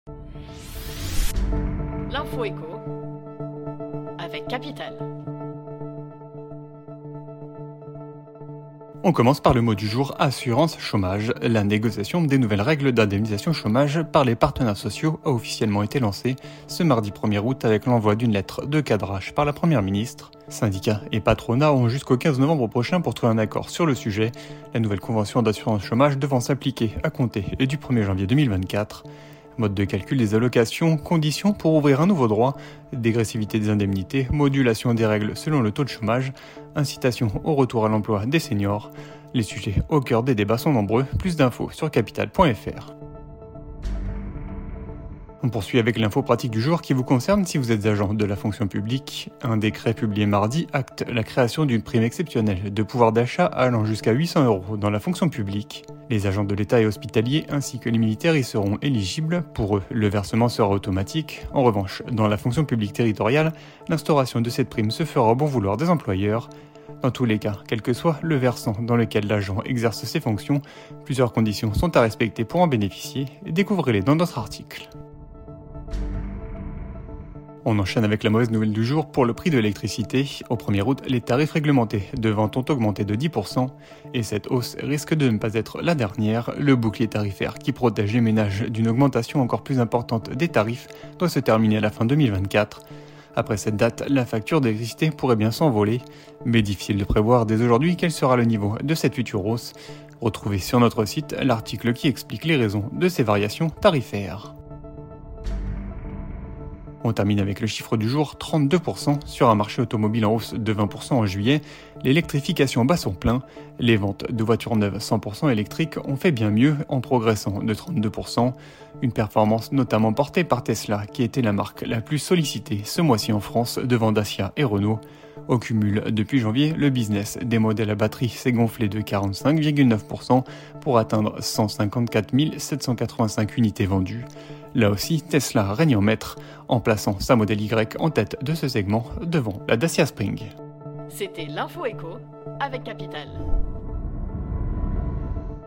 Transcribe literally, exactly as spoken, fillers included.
L'info éco avec Capital. On commence par le mot du jour, assurance chômage. La négociation des nouvelles règles d'indemnisation chômage par les partenaires sociaux a officiellement été lancée ce mardi premier août avec l'envoi d'une lettre de cadrage par la Première ministre. Syndicats et patronats ont jusqu'au quinze novembre prochain pour trouver un accord sur le sujet, la nouvelle convention d'assurance chômage devant s'appliquer à compter du premier janvier deux mille vingt-quatre. Mode de calcul des allocations, conditions pour ouvrir un nouveau droit, dégressivité des indemnités, modulation des règles selon le taux de chômage, incitation au retour à l'emploi des seniors. Les sujets au cœur des débats sont nombreux, plus d'infos sur capital point f r. On poursuit avec l'info pratique du jour qui vous concerne si vous êtes agent de la fonction publique. Un décret publié mardi acte la création d'une prime exceptionnelle de pouvoir d'achat allant jusqu'à huit cents euros dans la fonction publique. Les agents de l'État et hospitaliers ainsi que les militaires y seront éligibles. Pour eux, le versement sera automatique. En revanche, dans la fonction publique territoriale, l'instauration de cette prime se fera au bon vouloir des employeurs. Dans tous les cas, quel que soit le versant dans lequel l'agent exerce ses fonctions, plusieurs conditions sont à respecter pour en bénéficier. Découvrez-les dans notre article. On enchaîne avec la mauvaise nouvelle du jour pour le prix de l'électricité. Au premier août, les tarifs réglementés de vente ont augmenté de dix pour cent et cette hausse risque de ne pas être la dernière. Le bouclier tarifaire qui protège les ménages d'une augmentation encore plus importante des tarifs doit se terminer à la fin deux mille vingt-quatre. Après cette date, la facture d'électricité pourrait bien s'envoler, mais difficile de prévoir dès aujourd'hui quel sera le niveau de cette future hausse. Retrouvez sur notre site l'article qui explique les raisons de ces variations tarifaires. On termine avec le chiffre du jour, trente-deux pour cent sur un marché automobile en hausse de vingt pour cent en juillet. L'électrification bat son plein. Les ventes de voitures neuves cent pour cent électriques ont fait bien mieux en progressant de trente-deux pour cent. Une performance notamment portée par Tesla qui était la marque la plus sollicitée ce mois-ci en France devant Dacia et Renault. Au cumul, depuis janvier, le business des modèles à batterie s'est gonflé de quarante-cinq virgule neuf pour cent pour atteindre cent cinquante-quatre mille sept cent quatre-vingt-cinq unités vendues. Là aussi, Tesla règne en maître, en plaçant sa Model Y en tête de ce segment devant la Dacia Spring. C'était l'info éco avec Capital.